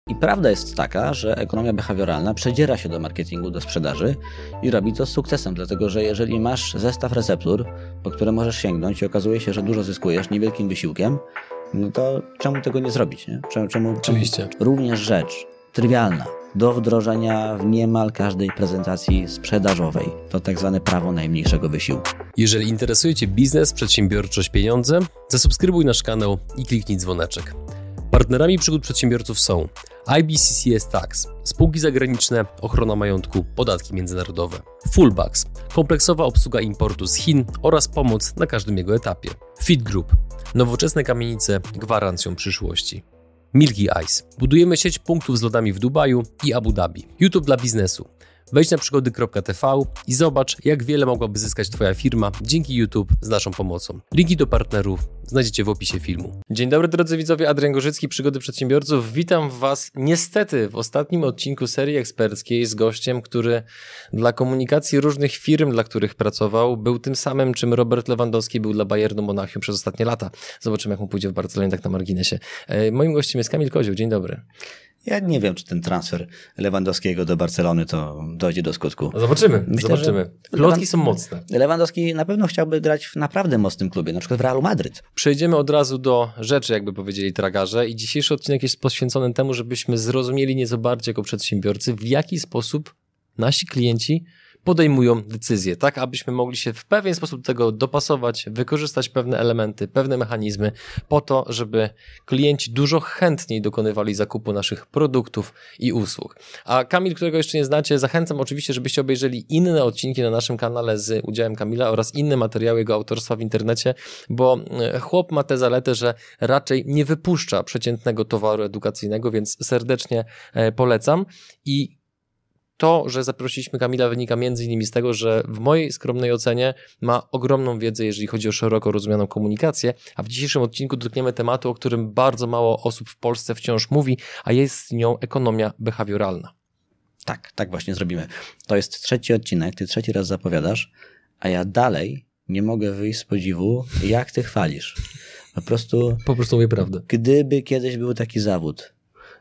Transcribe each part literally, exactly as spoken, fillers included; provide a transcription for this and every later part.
I prawda jest taka, że ekonomia behawioralna przedziera się do marketingu, do sprzedaży i robi to z sukcesem, dlatego że jeżeli masz zestaw receptur, po które możesz sięgnąć i okazuje się, że dużo zyskujesz niewielkim wysiłkiem, no to czemu tego nie zrobić? Nie? Czemu, czemu, Oczywiście. Również rzecz trywialna do wdrożenia w niemal każdej prezentacji sprzedażowej. To tak zwane prawo najmniejszego wysiłku. Jeżeli interesuje Cię biznes, przedsiębiorczość, pieniądze, zasubskrybuj nasz kanał i kliknij dzwoneczek. Partnerami przygód przedsiębiorców są I B C C S Tax, spółki zagraniczne, ochrona majątku, podatki międzynarodowe, Fullbacks, kompleksowa obsługa importu z Chin oraz pomoc na każdym jego etapie, Fit Group, nowoczesne kamienice gwarancją przyszłości, Milky Ice, budujemy sieć punktów z lodami w Dubaju i Abu Dhabi, YouTube dla biznesu. Wejdź na przygody kropka t v i zobacz, jak wiele mogłaby zyskać Twoja firma dzięki YouTube z naszą pomocą. Linki do partnerów znajdziecie w opisie filmu. Dzień dobry drodzy widzowie, Adrian Gorzycki, Przygody Przedsiębiorców. Witam Was niestety w ostatnim odcinku serii eksperckiej z gościem, który dla komunikacji różnych firm, dla których pracował, był tym samym, czym Robert Lewandowski był dla Bayernu Monachium przez ostatnie lata. Zobaczymy, jak mu pójdzie w Barcelonie, tak na marginesie. Moim gościem jest Kamil Kozioł. Dzień dobry. Ja nie wiem, czy ten transfer Lewandowskiego do Barcelony to dojdzie do skutku. No zobaczymy, Myślę, zobaczymy. Plotki są mocne. Lewandowski na pewno chciałby grać w naprawdę mocnym klubie, na przykład w Realu Madryt. Przejdziemy od razu do rzeczy, jakby powiedzieli tragarze, i dzisiejszy odcinek jest poświęcony temu, żebyśmy zrozumieli nieco bardziej jako przedsiębiorcy, w jaki sposób nasi klienci podejmują decyzje, tak abyśmy mogli się w pewien sposób do tego dopasować, wykorzystać pewne elementy, pewne mechanizmy po to, żeby klienci dużo chętniej dokonywali zakupu naszych produktów i usług. A Kamil, którego jeszcze nie znacie, zachęcam oczywiście, żebyście obejrzeli inne odcinki na naszym kanale z udziałem Kamila oraz inne materiały jego autorstwa w internecie, bo chłop ma tę zaletę, że raczej nie wypuszcza przeciętnego towaru edukacyjnego, więc serdecznie polecam. I to, że zaprosiliśmy Kamila, wynika między innymi z tego, że w mojej skromnej ocenie ma ogromną wiedzę, jeżeli chodzi o szeroko rozumianą komunikację, a w dzisiejszym odcinku dotkniemy tematu, o którym bardzo mało osób w Polsce wciąż mówi, a jest nią ekonomia behawioralna. Tak, tak właśnie zrobimy. To jest trzeci odcinek, ty trzeci raz zapowiadasz, a ja dalej nie mogę wyjść z podziwu, jak ty chwalisz. Po prostu... Po prostu mówię prawdę. Gdyby kiedyś był taki zawód,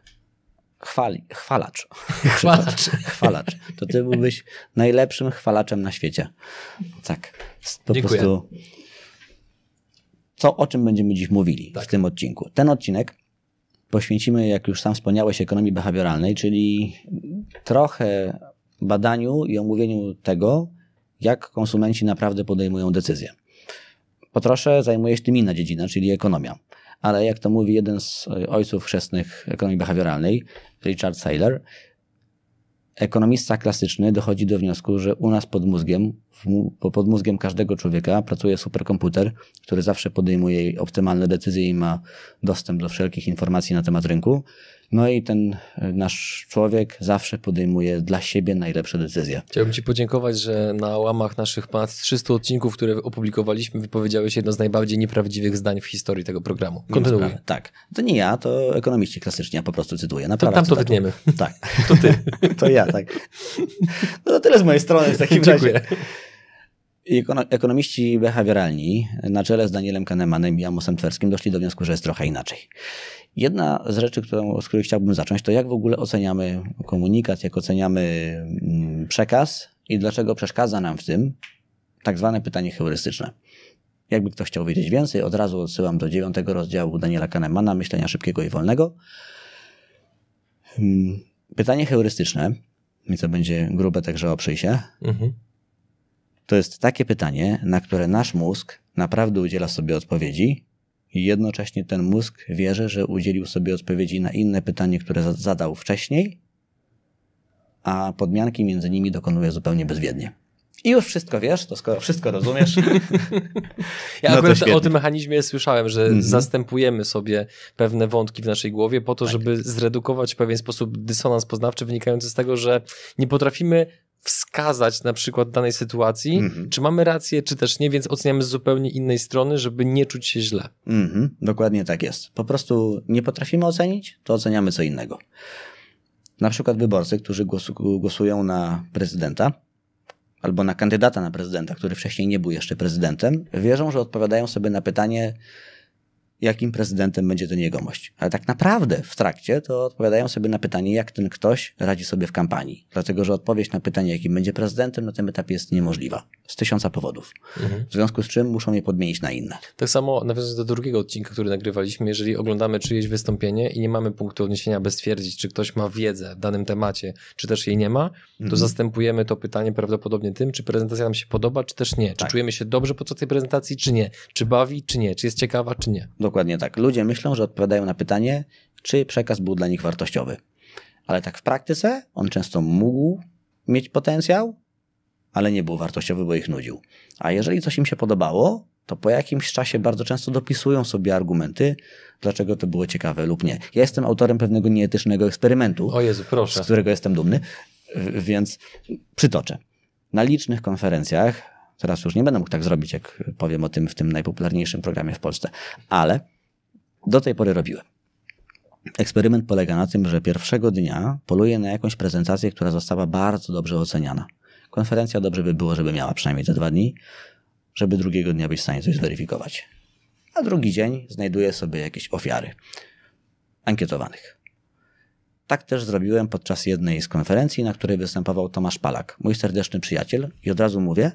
Chwali, chwalacz. Chwalacz. Chwalacz. To ty byłbyś najlepszym chwalaczem na świecie. Tak. Po Dziękuję. prostu co, o czym będziemy dziś mówili tak. w tym odcinku. Ten odcinek poświęcimy, jak już sam wspomniałeś, ekonomii behawioralnej, czyli trochę badaniu i omówieniu tego, jak konsumenci naprawdę podejmują decyzje. Po trosze zajmuje się tym inna dziedzina, czyli ekonomia. Ale jak to mówi jeden z ojców chrzestnych ekonomii behawioralnej, Richard Thaler, ekonomista klasyczny dochodzi do wniosku, że u nas pod mózgiem, pod mózgiem każdego człowieka pracuje superkomputer, który zawsze podejmuje optymalne decyzje i ma dostęp do wszelkich informacji na temat rynku. No i ten nasz człowiek zawsze podejmuje dla siebie najlepsze decyzje. Chciałbym Ci podziękować, że na łamach naszych ponad trzystu odcinków, które opublikowaliśmy, wypowiedziałeś jedno z najbardziej nieprawdziwych zdań w historii tego programu. Kontynuuj. Tak. To nie ja, to ekonomiści klasyczni, ja po prostu cytuję. Naprawdę to tam to wytniemy. Tak. To ty. To ja, tak. No to tyle z mojej strony w takim Dziękuję. razie. I ekonomiści behawioralni na czele z Danielem Kahnemanem i Amosem Tverskim doszli do wniosku, że jest trochę inaczej. Jedna z rzeczy, którą, z której chciałbym zacząć, to jak w ogóle oceniamy komunikat, jak oceniamy przekaz i dlaczego przeszkadza nam w tym tak zwane pytanie heurystyczne. Jakby ktoś chciał wiedzieć więcej, od razu odsyłam do dziewiątego rozdziału Daniela Kahnemana, Myślenia szybkiego i wolnego. Pytanie heurystyczne, i to będzie grube, także oprzyj się, mhm. to jest takie pytanie, na które nasz mózg naprawdę udziela sobie odpowiedzi i jednocześnie ten mózg wierzy, że udzielił sobie odpowiedzi na inne pytanie, które zadał wcześniej, a podmianki między nimi dokonuje zupełnie bezwiednie. I już wszystko wiesz, to skoro wszystko rozumiesz. Ja no akurat o tym mechanizmie słyszałem, że mm-hmm. zastępujemy sobie pewne wątki w naszej głowie po to, tak. żeby zredukować w pewien sposób dysonans poznawczy wynikający z tego, że nie potrafimy wskazać na przykład danej sytuacji, mm-hmm. czy mamy rację, czy też nie, więc oceniamy z zupełnie innej strony, żeby nie czuć się źle. Mm-hmm. Dokładnie tak jest. Po prostu nie potrafimy ocenić, to oceniamy co innego. Na przykład wyborcy, którzy głosują na prezydenta, albo na kandydata na prezydenta, który wcześniej nie był jeszcze prezydentem, wierzą, że odpowiadają sobie na pytanie, jakim prezydentem będzie ten jegomość. Ale tak naprawdę w trakcie to odpowiadają sobie na pytanie, jak ten ktoś radzi sobie w kampanii. Dlatego, że odpowiedź na pytanie, jakim będzie prezydentem, na tym etapie jest niemożliwa. Z tysiąca powodów. Mhm. W związku z czym muszą je podmienić na inne. Tak samo nawiązując do drugiego odcinka, który nagrywaliśmy, jeżeli oglądamy czyjeś wystąpienie i nie mamy punktu odniesienia, by stwierdzić, czy ktoś ma wiedzę w danym temacie, czy też jej nie ma, to mhm. zastępujemy to pytanie prawdopodobnie tym, czy prezentacja nam się podoba, czy też nie. Czy tak. czujemy się dobrze podczas tej prezentacji, czy nie. Czy bawi, czy nie. Czy jest ciekawa, czy nie. Dokładnie tak. Ludzie myślą, że odpowiadają na pytanie, czy przekaz był dla nich wartościowy. Ale tak w praktyce on często mógł mieć potencjał, ale nie był wartościowy, bo ich nudził. A jeżeli coś im się podobało, to po jakimś czasie bardzo często dopisują sobie argumenty, dlaczego to było ciekawe lub nie. Ja jestem autorem pewnego nieetycznego eksperymentu, o Jezu, proszę. z którego jestem dumny, więc przytoczę. Na licznych konferencjach, teraz już nie będę mógł tak zrobić, jak powiem o tym w tym najpopularniejszym programie w Polsce, ale do tej pory robiłem. Eksperyment polega na tym, że pierwszego dnia poluję na jakąś prezentację, która została bardzo dobrze oceniana. Konferencja dobrze by było, żeby miała przynajmniej te dwa dni, żeby drugiego dnia być w stanie coś zweryfikować. A drugi dzień znajduję sobie jakieś ofiary ankietowanych. Tak też zrobiłem podczas jednej z konferencji, na której występował Tomasz Palak, mój serdeczny przyjaciel, i od razu mówię,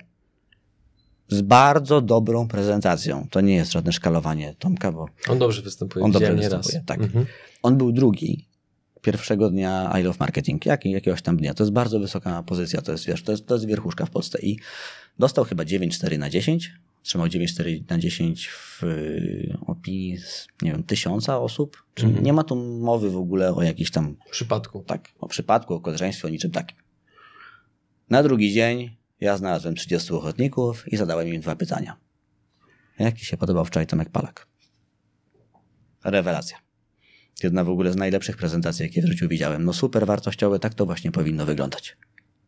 z bardzo dobrą prezentacją. To nie jest żadne szkalowanie Tomka, bo... On dobrze występuje. On dobrze występuje, tak. Mhm. On był drugi pierwszego dnia I Love Marketing, jak, jakiegoś tam dnia. To jest bardzo wysoka pozycja, to jest, wiesz, to jest, to jest wierchuszka w Polsce i dostał chyba dziewięć cztery na dziesięć, trzymał dziewięć cztery na dziesięć w opinii, nie wiem, tysiąca osób. Czyli mhm. nie ma tu mowy w ogóle o jakiś tam... Przypadku. Tak, o przypadku, o koleżeństwie, o niczym takim. Na drugi dzień ja znalazłem trzydziestu ochotników i zadałem im dwa pytania. Jak ci się podobał wczoraj Tomek Palak? Rewelacja. Jedna w ogóle z najlepszych prezentacji, jakie w życiu widziałem. No super wartościowe, tak to właśnie powinno wyglądać.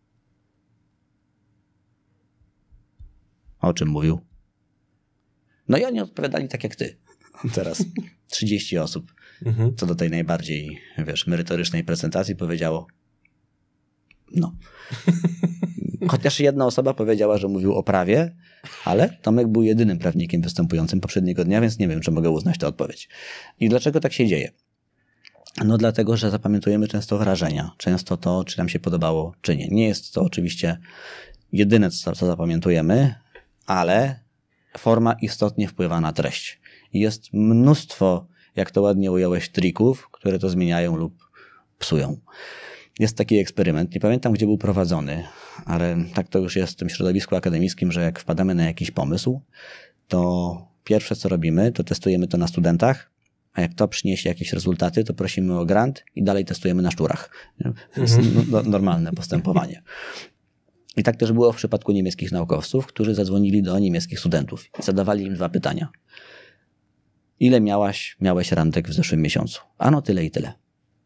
O czym mówił? No i oni odpowiadali tak jak ty. Teraz trzydzieści osób, mhm. co do tej najbardziej, wiesz, merytorycznej prezentacji powiedziało no. Chociaż jedna osoba powiedziała, że mówił o prawie, ale Tomek był jedynym prawnikiem występującym poprzedniego dnia, więc nie wiem, czy mogę uznać tę odpowiedź. I dlaczego tak się dzieje? No dlatego, że zapamiętujemy często wrażenia, często to, czy nam się podobało, czy nie. Nie jest to oczywiście jedyne, co, co zapamiętujemy, ale forma istotnie wpływa na treść. I jest mnóstwo, jak to ładnie ująłeś, trików, które to zmieniają lub psują. Jest taki eksperyment, nie pamiętam, gdzie był prowadzony, ale tak to już jest w tym środowisku akademickim, że jak wpadamy na jakiś pomysł, to pierwsze co robimy, to testujemy to na studentach, a jak to przyniesie jakieś rezultaty, to prosimy o grant i dalej testujemy na szczurach. To jest mhm. normalne postępowanie. I tak też było w przypadku niemieckich naukowców, którzy zadzwonili do niemieckich studentów i zadawali im dwa pytania. Ile miałaś, miałeś randek w zeszłym miesiącu? Ano tyle i tyle.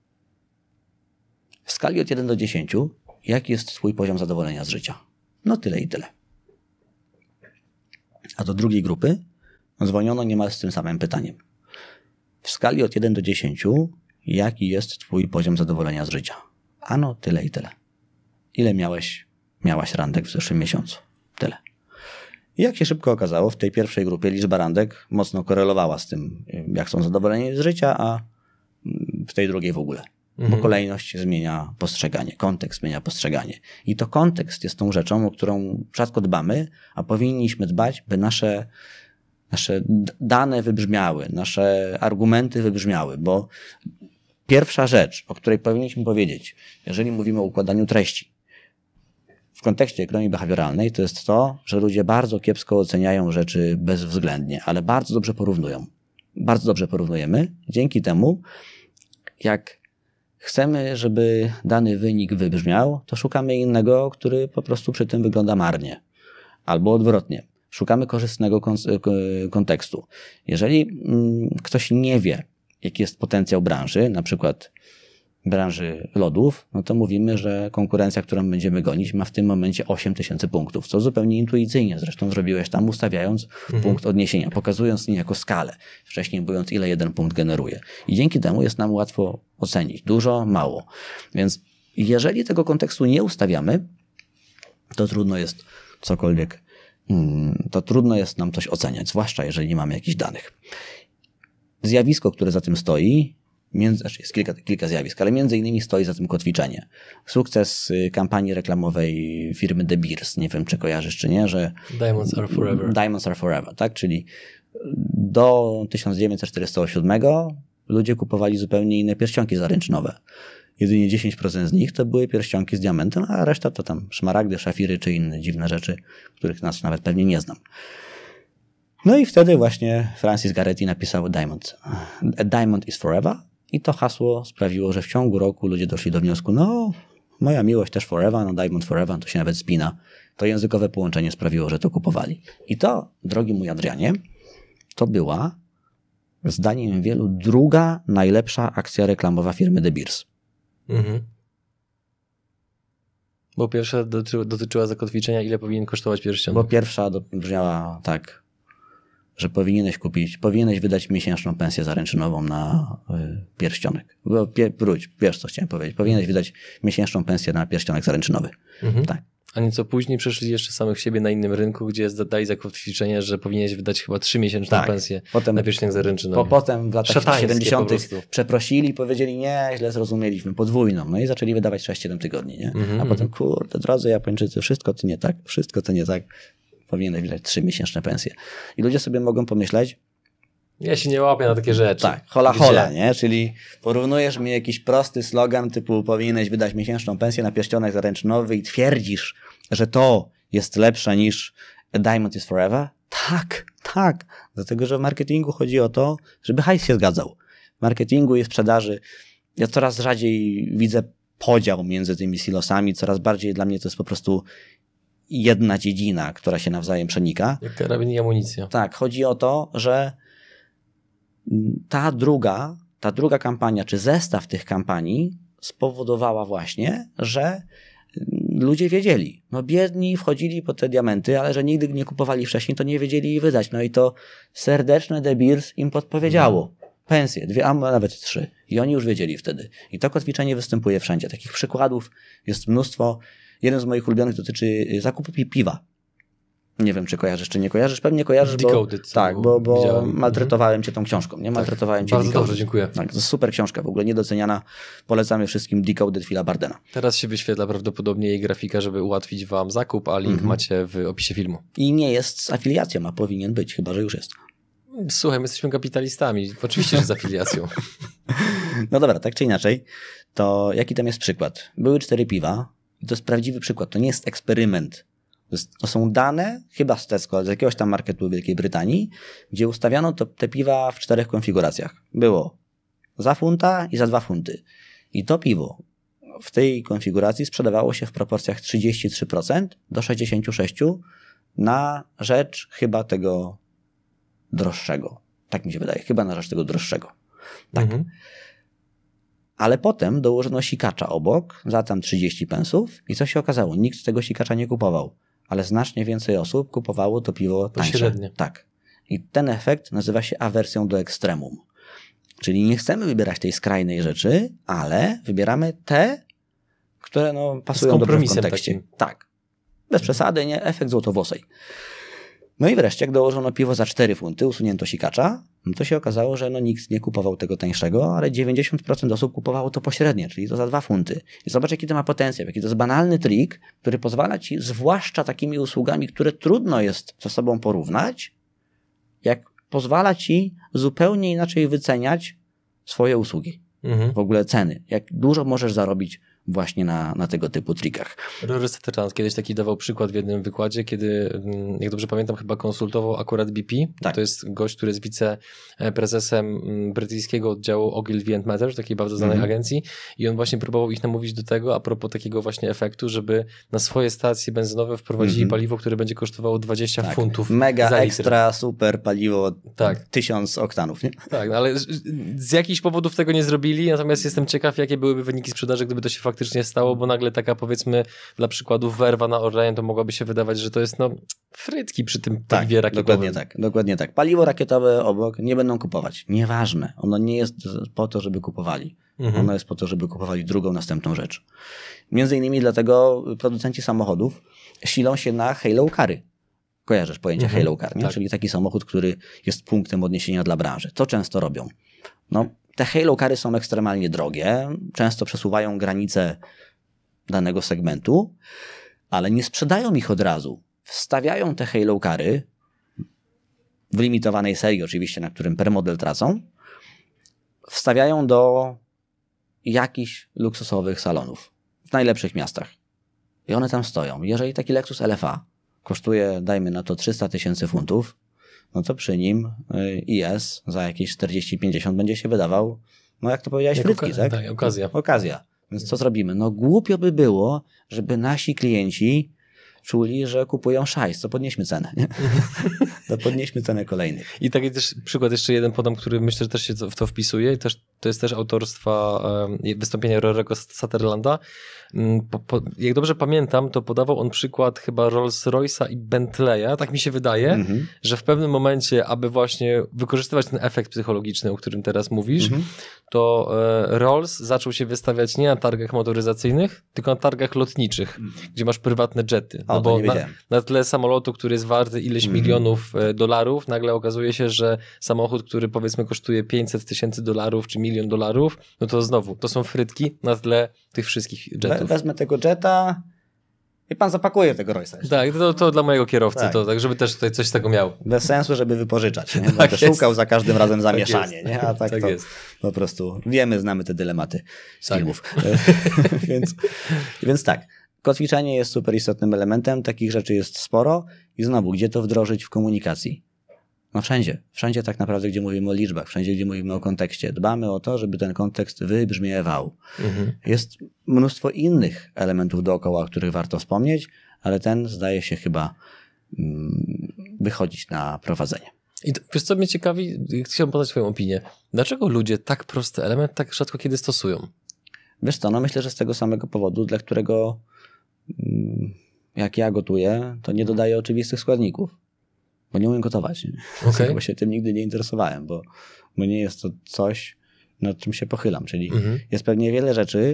W skali od jeden do dziesięciu, jaki jest twój poziom zadowolenia z życia? No tyle i tyle. A do drugiej grupy dzwoniono niemal z tym samym pytaniem. W skali od jeden do dziesięciu, jaki jest twój poziom zadowolenia z życia? Ano tyle i tyle. Ile miałeś, miałaś randek w zeszłym miesiącu? Tyle. I jak się szybko okazało, w tej pierwszej grupie liczba randek mocno korelowała z tym, jak są zadowoleni z życia, a w tej drugiej w ogóle. Bo kolejność zmienia postrzeganie, kontekst zmienia postrzeganie. I to kontekst jest tą rzeczą, o którą rzadko dbamy, a powinniśmy dbać, by nasze, nasze dane wybrzmiały, nasze argumenty wybrzmiały, bo pierwsza rzecz, o której powinniśmy powiedzieć, jeżeli mówimy o układaniu treści w kontekście ekonomii behawioralnej, to jest to, że ludzie bardzo kiepsko oceniają rzeczy bezwzględnie, ale bardzo dobrze porównują. Bardzo dobrze porównujemy. Dzięki temu, jak chcemy, żeby dany wynik wybrzmiał, to szukamy innego, który po prostu przy tym wygląda marnie. Albo odwrotnie. Szukamy korzystnego kontekstu. Jeżeli ktoś nie wie, jaki jest potencjał branży, na przykład branży lodów, no to mówimy, że konkurencja, którą będziemy gonić, ma w tym momencie osiem tysięcy punktów, co zupełnie intuicyjnie zresztą zrobiłeś tam, ustawiając mhm. punkt odniesienia, pokazując niejako skalę, wcześniej mówiąc, ile jeden punkt generuje. I dzięki temu jest nam łatwo ocenić. Dużo, mało. Więc jeżeli tego kontekstu nie ustawiamy, to trudno jest cokolwiek, to trudno jest nam coś oceniać, zwłaszcza jeżeli nie mamy jakichś danych. zjawisko, które za tym stoi, między, znaczy jest kilka, kilka zjawisk, ale między innymi stoi za tym kotwiczenie. Sukces kampanii reklamowej firmy De Beers, nie wiem czy kojarzysz czy nie, że Diamonds are forever. Diamonds are forever, tak? Czyli do tysiąc dziewięćset czterdziestego siódmego ludzie kupowali zupełnie inne pierścionki zaręczynowe. Jedynie dziesięć procent z nich to były pierścionki z diamentem, a reszta to tam szmaragdy, szafiry czy inne dziwne rzeczy, których nas nawet pewnie nie znam. No i wtedy właśnie Francis Garetti napisał Diamond. A diamond is forever i to hasło sprawiło, że w ciągu roku ludzie doszli do wniosku, no moja miłość też forever, no Diamond forever, to się nawet spina. To językowe połączenie sprawiło, że to kupowali. I to, drogi mój Adrianie, to była zdaniem wielu druga najlepsza akcja reklamowa firmy De Beers. Mhm. Bo pierwsza dotyczy, dotyczyła zakotwiczenia, ile powinien kosztować pierścionek. Bo pierwsza do, brzmiała tak, że powinieneś kupić, powinieneś wydać miesięczną pensję zaręczynową na y, pierścionek. Bo pie, wróć, wiesz co chciałem powiedzieć. Powinieneś wydać miesięczną pensję na pierścionek zaręczynowy. Mhm. Tak. A nieco później przeszli jeszcze samych siebie na innym rynku, gdzie dali zakotwiczenie, że powinieneś wydać chyba trzymiesięczną tak. pensję potem, na pierścionek zaręczynowy. Po, potem w latach Szatańskie siedemdziesiątych przeprosili i powiedzieli, nie, źle zrozumieliśmy, podwójną. No i zaczęli wydawać sześć siedem tygodni. Nie? Mhm, A potem, kurde, drodzy Japończycy, wszystko to nie tak, wszystko to nie tak. Powinieneś wydać trzymiesięczne pensje. I ludzie sobie mogą pomyśleć, ja się nie łapię na takie rzeczy. tak, hola hola, nie? Czyli porównujesz mi jakiś prosty slogan typu powinieneś wydać miesięczną pensję na pierścionek zaręczynowy i twierdzisz, że to jest lepsze niż A Diamond is Forever? Tak, tak. Dlatego, że w marketingu chodzi o to, żeby hajs się zgadzał. W marketingu i w sprzedaży ja coraz rzadziej widzę podział między tymi silosami, coraz bardziej dla mnie to jest po prostu jedna dziedzina, która się nawzajem przenika. Jak karabin i amunicja. Tak, chodzi o to, że ta druga, ta druga kampania, czy zestaw tych kampanii spowodowała właśnie, że ludzie wiedzieli. No biedni wchodzili po te diamenty, ale że nigdy nie kupowali wcześniej, to nie wiedzieli ich wydać. No i to serdeczne De Beers im podpowiedziało. Pensje, dwie, a nawet trzy. I oni już wiedzieli wtedy. I to kotwiczenie występuje wszędzie. Takich przykładów jest mnóstwo. Jeden z moich ulubionych dotyczy zakupu pi- piwa. Nie wiem, czy kojarzysz, czy nie kojarzysz. Pewnie kojarzysz, bo, Decoded, tak, bo, bo widziałem. maltretowałem cię tą książką. Nie maltretowałem tak, cię bardzo Decoded. dobrze, dziękuję. Tak, to jest super książka, w ogóle niedoceniana. Polecamy wszystkim Decoded Phila Bardena. Teraz się wyświetla prawdopodobnie jej grafika, żeby ułatwić wam zakup, a link mm-hmm. macie w opisie filmu. I nie jest z afiliacją, a powinien być, chyba że już jest. Słuchaj, my jesteśmy kapitalistami. Oczywiście, że z afiliacją. No dobra, tak czy inaczej, to jaki tam jest przykład? Były cztery piwa i to jest prawdziwy przykład. To nie jest eksperyment. To, jest, to są dane, chyba z Tesco, ale z jakiegoś tam marketu w Wielkiej Brytanii, gdzie ustawiano to, te piwa w czterech konfiguracjach. Było za funta i za dwa funty. I to piwo w tej konfiguracji sprzedawało się w proporcjach trzydzieści trzy procent do sześćdziesiąt sześć procent na rzecz chyba tego droższego. Tak mi się wydaje. Chyba na rzecz tego droższego. Tak. Mhm. Ale potem dołożono sikacza obok za tam trzydzieści pensów i co się okazało? Nikt tego sikacza nie kupował, ale znacznie więcej osób kupowało to piwo tańsze. Pośrednie. Tak. I ten efekt nazywa się awersją do ekstremum. Czyli nie chcemy wybierać tej skrajnej rzeczy, ale wybieramy te, które no, pasują dobrze w kontekście. Takim. Tak. Bez przesady, nie? Efekt złotowłosej. No i wreszcie, jak dołożono piwo za cztery funty, usunięto sikacza, no to się okazało, że no nikt nie kupował tego tańszego, ale dziewięćdziesiąt procent osób kupowało to pośrednie, czyli to za dwa funty. I zobacz, jaki to ma potencjał, jaki to jest banalny trik, który pozwala ci, zwłaszcza takimi usługami, które trudno jest ze sobą porównać, jak pozwala ci zupełnie inaczej wyceniać swoje usługi. Mhm. W ogóle ceny. Jak dużo możesz zarobić właśnie na, na tego typu trikach. Rory Satterthand kiedyś taki dawał przykład w jednym wykładzie, kiedy, jak dobrze pamiętam, chyba konsultował akurat B P. Tak. To jest gość, który jest wiceprezesem brytyjskiego oddziału Ogilvy and Mather, takiej bardzo znanej mm-hmm. agencji, i on właśnie próbował ich namówić do tego, a propos takiego właśnie efektu, żeby na swoje stacje benzynowe wprowadzili mm-hmm. paliwo, które będzie kosztowało dwadzieścia tak. funtów Mega za ekstra, litr. super paliwo, tak. tysiąc oktanów, nie? Tak, no ale z jakichś powodów tego nie zrobili, natomiast jestem ciekaw, jakie byłyby wyniki sprzedaży, gdyby to się faktycznie stało, bo nagle taka, powiedzmy, dla przykładu werwa na Orlen, to mogłoby się wydawać, że to jest no frytki przy tym paliwie tak, rakietowym. Dokładnie tak, dokładnie tak. Paliwo rakietowe obok nie będą kupować. Nieważne. Ono nie jest po to, żeby kupowali. Mhm. Ono jest po to, żeby kupowali drugą, następną rzecz. Między innymi dlatego producenci samochodów silą się na halo cary. Kojarzysz pojęcie mhm, Halo Car, nie? Tak. Czyli taki samochód, który jest punktem odniesienia dla branży. Co często robią? No, te Halo Cary są ekstremalnie drogie, często przesuwają granice danego segmentu, ale nie sprzedają ich od razu. Wstawiają te Halo Cary w limitowanej serii oczywiście, na którym per model tracą, wstawiają do jakichś luksusowych salonów w najlepszych miastach. I one tam stoją. Jeżeli taki Lexus L F A kosztuje, dajmy na to trzysta tysięcy funtów, no to przy nim I S za jakieś czterdzieści pięćdziesiąt będzie się wydawał, no jak to powiedziałeś, jak frytki, oka- tak? tak? Okazja. Okazja. Więc co zrobimy? No głupio by było, żeby nasi klienci czuli, że kupują szajs, to podnieśmy cenę. Nie? To podnieśmy cenę kolejnych. I taki też przykład jeszcze jeden podam, który myślę, że też się w to wpisuje. Też, to jest też autorstwa um, wystąpienia Rorego Sutherlanda. Um, po, po, jak dobrze pamiętam, to podawał on przykład chyba Rolls-Royce'a i Bentleya, tak mi się wydaje, mm-hmm. że w pewnym momencie, aby właśnie wykorzystywać ten efekt psychologiczny, o którym teraz mówisz, mm-hmm. to e, Rolls zaczął się wystawiać nie na targach motoryzacyjnych, tylko na targach lotniczych, mm-hmm. gdzie masz prywatne jety. O, no bo nie na, na tle samolotu, który jest warty ileś mm-hmm. milionów e, dolarów, nagle okazuje się, że samochód, który powiedzmy kosztuje pięćset tysięcy dolarów czy milion dolarów, no to znowu, to są frytki na tle tych wszystkich jetów. Wezmę tego jeta i pan zapakuje tego Royce'a. Tak, to, to dla mojego kierowcy, tak. to, tak, żeby też tutaj coś z tego miał. Bez sensu, żeby wypożyczać. Nie? Tak szukał za każdym razem zamieszanie. Tak nie? A tak, tak to jest. Po prostu wiemy, znamy te dylematy z tak. filmów. więc, więc tak, kotwiczenie jest super istotnym elementem, takich rzeczy jest sporo i znowu, gdzie to wdrożyć w komunikacji? No wszędzie. Wszędzie tak naprawdę, gdzie mówimy o liczbach, wszędzie, gdzie mówimy o kontekście. Dbamy o to, żeby ten kontekst wybrzmiewał. Mhm. Jest mnóstwo innych elementów dookoła, o których warto wspomnieć, ale ten zdaje się chyba mm, wychodzić na prowadzenie. I to, wiesz co mnie ciekawi? Chciałbym podać swoją opinię. Dlaczego ludzie tak prosty element tak rzadko kiedy stosują? Wiesz co, no myślę, że z tego samego powodu, dla którego mm, jak ja gotuję, to nie dodaję oczywistych składników. Bo nie umiem gotować. Okay. Bo się tym nigdy nie interesowałem, bo, bo nie jest to coś, nad czym się pochylam. Czyli mm-hmm. jest pewnie wiele rzeczy,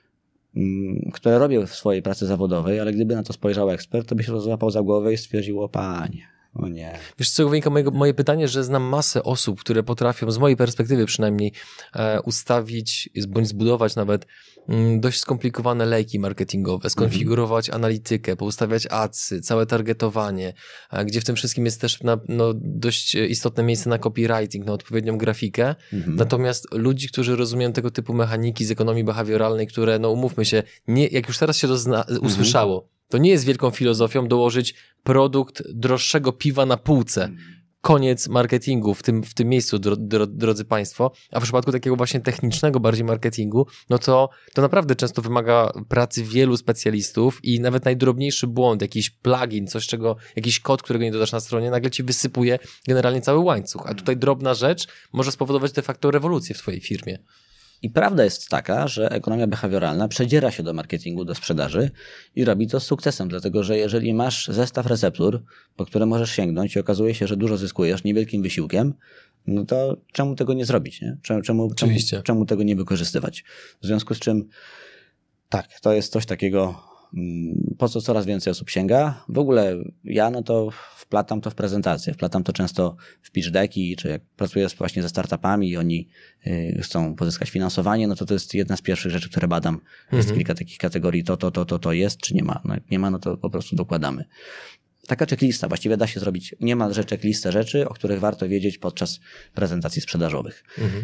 m, które robię w swojej pracy zawodowej, ale gdyby na to spojrzał ekspert, to by się rozłapał za głowę i stwierdził, o panie, o nie. Wiesz co, wynika mojego, moje pytanie, że znam masę osób, które potrafią, z mojej perspektywy przynajmniej, e, ustawić, bądź zbudować nawet m, dość skomplikowane lejki marketingowe, skonfigurować mm-hmm. analitykę, poustawiać adsy, całe targetowanie, a, gdzie w tym wszystkim jest też na, no, dość istotne miejsce na copywriting, na odpowiednią grafikę. Mm-hmm. Natomiast ludzi, którzy rozumieją tego typu mechaniki z ekonomii behawioralnej, które, no umówmy się, nie, jak już teraz się to zna, mm-hmm. usłyszało, to nie jest wielką filozofią dołożyć produkt droższego piwa na półce. Koniec marketingu w tym, w tym miejscu, dro, dro, drodzy Państwo. A w przypadku takiego właśnie technicznego bardziej marketingu, no to, to naprawdę często wymaga pracy wielu specjalistów i nawet najdrobniejszy błąd, jakiś plugin, coś czego, jakiś kod, którego nie dodasz na stronie, nagle ci wysypuje generalnie cały łańcuch. A tutaj drobna rzecz może spowodować de facto rewolucję w twojej firmie. I prawda jest taka, że ekonomia behawioralna przedziera się do marketingu, do sprzedaży i robi to z sukcesem, dlatego że jeżeli masz zestaw receptur, po które możesz sięgnąć i okazuje się, że dużo zyskujesz niewielkim wysiłkiem, no to czemu tego nie zrobić? Nie? Czemu, czemu, czemu, czemu tego nie wykorzystywać? W związku z czym tak, to jest coś takiego, po co coraz więcej osób sięga. W ogóle ja no to wplatam to w prezentację, wplatam to często w pitch decki, czy jak pracuję właśnie ze startupami i oni y, chcą pozyskać finansowanie, no to to jest jedna z pierwszych rzeczy, które badam. Mhm. Jest kilka takich kategorii, to, to, to, to, to jest, czy nie ma. No jak nie ma, no to po prostu dokładamy. Taka checklista, właściwie da się zrobić niemalże checklistę rzeczy, o których warto wiedzieć podczas prezentacji sprzedażowych. Mhm.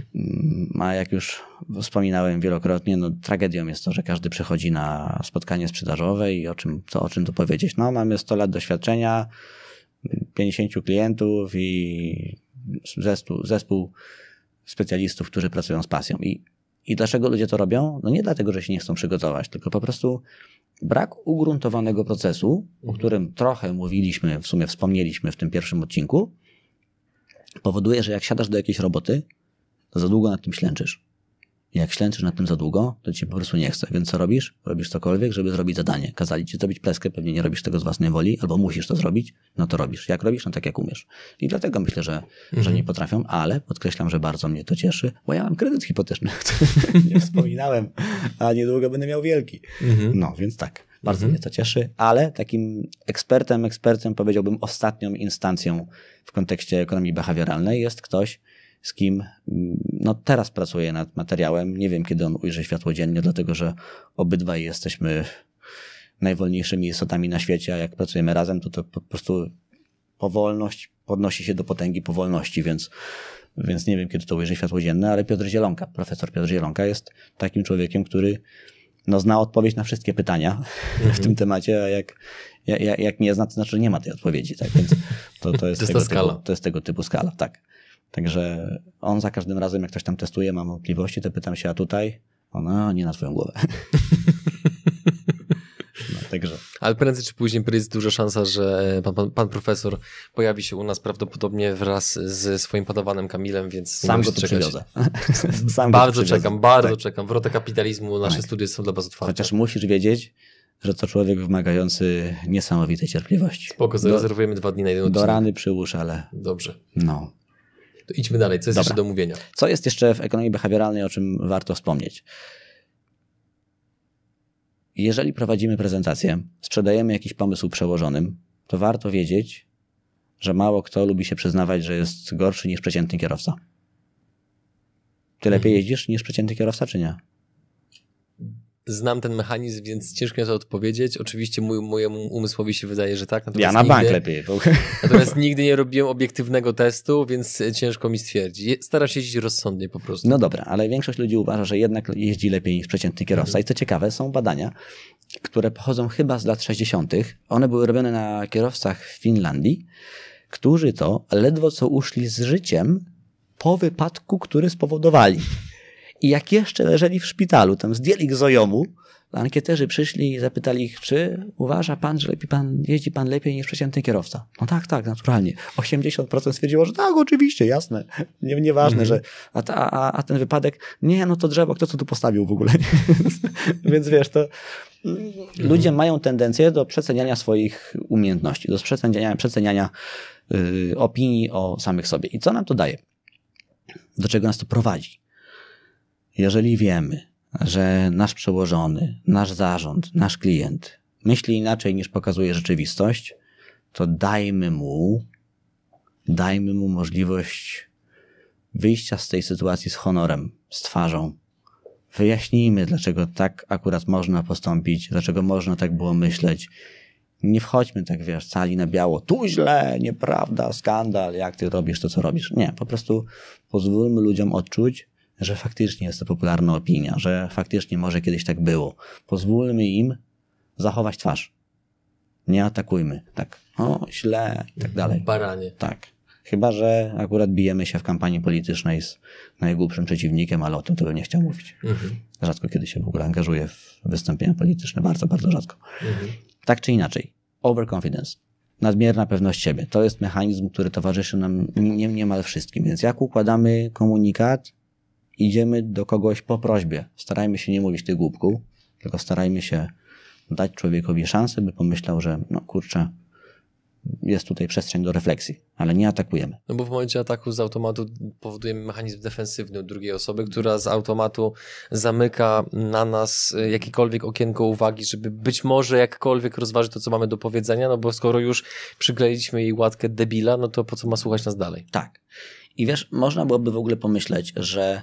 A jak już wspominałem wielokrotnie, no tragedią jest to, że każdy przychodzi na spotkanie sprzedażowe i o czym, co, o czym tu powiedzieć? No mamy sto lat doświadczenia, pięćdziesięciu klientów i zespół, zespół specjalistów, którzy pracują z pasją. I, I dlaczego ludzie to robią? No nie dlatego, że się nie chcą przygotować, tylko po prostu brak ugruntowanego procesu, o którym trochę mówiliśmy, w sumie wspomnieliśmy w tym pierwszym odcinku, powoduje, że jak siadasz do jakiejś roboty, to za długo nad tym ślęczysz. I jak ślęczysz nad tym za długo, to ci po prostu nie chce. Więc co robisz? Robisz cokolwiek, żeby zrobić zadanie. Kazali ci zrobić pleskę, pewnie nie robisz tego z własnej woli, albo musisz to zrobić, no to robisz. Jak robisz? No tak jak umiesz. I dlatego myślę, że, mhm. że nie potrafią, ale podkreślam, że bardzo mnie to cieszy, bo ja mam kredyt hipoteczny, nie wspominałem, a niedługo będę miał wielki. Mhm. No, więc tak. Bardzo mhm. mnie to cieszy, ale takim ekspertem, ekspertem powiedziałbym ostatnią instancją w kontekście ekonomii behawioralnej jest ktoś, z kim no, teraz pracuję nad materiałem. Nie wiem, kiedy on ujrzy światło dzienne, dlatego że obydwaj jesteśmy najwolniejszymi istotami na świecie, a jak pracujemy razem, to to po prostu powolność podnosi się do potęgi powolności, więc, więc nie wiem, kiedy to ujrzy światło dzienne, ale Piotr Zielonka, profesor Piotr Zielonka jest takim człowiekiem, który no, zna odpowiedź na wszystkie pytania mm-hmm. w tym temacie, a jak, jak, jak nie zna, to znaczy, że nie ma tej odpowiedzi. Tak? Więc to, to, jest to, tego jest skala. Typu, to jest tego typu skala. Tak. Także on za każdym razem, jak ktoś tam testuje, mam wątpliwości, to pytam się, a tutaj? Ona nie na twoją głowę. No, także. Ale prędzej czy później jest duża szansa, że pan, pan, pan profesor pojawi się u nas prawdopodobnie wraz ze swoim padawanem Kamilem, więc sam go tu przywiozę. Sam bardzo go czekam, bardzo tak. czekam. Wrota kapitalizmu, nasze tak. studia są dla was otwarte. Chociaż musisz wiedzieć, że to człowiek wymagający niesamowitej cierpliwości. Spoko, zarezerwujemy dwa dni na jeden Do rany przyłóż, ale... Dobrze. No. To idźmy dalej. Co jest Dobra. jeszcze do mówienia? Co jest jeszcze w ekonomii behawioralnej, o czym warto wspomnieć? Jeżeli prowadzimy prezentację, sprzedajemy jakiś pomysł przełożonym, to warto wiedzieć, że mało kto lubi się przyznawać, że jest gorszy niż przeciętny kierowca. Ty lepiej jeździsz niż przeciętny kierowca, czy nie? Znam ten mechanizm, więc ciężko mi na to odpowiedzieć. Oczywiście mój, mojemu umysłowi się wydaje, że tak. Ja na nigdy, bank lepiej. Natomiast nigdy nie robiłem obiektywnego testu, więc ciężko mi stwierdzić. Staram się jeździć rozsądnie po prostu. No dobra, ale większość ludzi uważa, że jednak jeździ lepiej niż przeciętny kierowca. Mhm. I co ciekawe, są badania, które pochodzą chyba z lat sześćdziesiątych. One były robione na kierowcach w Finlandii, którzy to ledwo co uszli z życiem po wypadku, który spowodowali. I jak jeszcze leżeli w szpitalu, tam zdjęli ich z ojomu, ankieterzy przyszli i zapytali ich, czy uważa pan, że lepiej pan, jeździ pan lepiej niż przeciętny kierowca? No tak, tak, naturalnie. osiemdziesiąt procent stwierdziło, że tak, oczywiście, jasne. Nie, nieważne, mm-hmm. że a, a, a ten wypadek, nie, no to drzewo, kto co tu postawił w ogóle? Więc wiesz, to mm-hmm. ludzie mają tendencję do przeceniania swoich umiejętności, do przeceniania, przeceniania yy, opinii o samych sobie. I co nam to daje? Do czego nas to prowadzi? Jeżeli wiemy, że nasz przełożony, nasz zarząd, nasz klient myśli inaczej niż pokazuje rzeczywistość, to dajmy mu, dajmy mu możliwość wyjścia z tej sytuacji z honorem, z twarzą. Wyjaśnijmy, dlaczego tak akurat można postąpić, dlaczego można tak było myśleć. Nie wchodźmy tak, wiesz, cali na biało, tu źle, nieprawda, skandal, jak ty robisz to, co robisz. Nie, po prostu pozwólmy ludziom odczuć, że faktycznie jest to popularna opinia, że faktycznie może kiedyś tak było. Pozwólmy im zachować twarz. Nie atakujmy. Tak, o, źle i tak dalej. Baranie. Tak. Chyba że akurat bijemy się w kampanii politycznej z najgłupszym przeciwnikiem, ale o tym to bym nie chciał mówić. Mhm. Rzadko kiedy się w ogóle angażuję w wystąpienia polityczne. Bardzo, bardzo rzadko. Mhm. Tak czy inaczej. Overconfidence. Nadmierna pewność siebie. To jest mechanizm, który towarzyszy nam nie, niemal wszystkim. Więc jak układamy komunikat, idziemy do kogoś po prośbie. Starajmy się nie mówić tych głupków, tylko starajmy się dać człowiekowi szansę, by pomyślał, że no kurczę, jest tutaj przestrzeń do refleksji, ale nie atakujemy. No bo w momencie ataku z automatu powodujemy mechanizm defensywny u drugiej osoby, która z automatu zamyka na nas jakiekolwiek okienko uwagi, żeby być może jakkolwiek rozważyć to, co mamy do powiedzenia, no bo skoro już przykleiliśmy jej łatkę debila, no to po co ma słuchać nas dalej? Tak. I wiesz, można byłoby w ogóle pomyśleć, że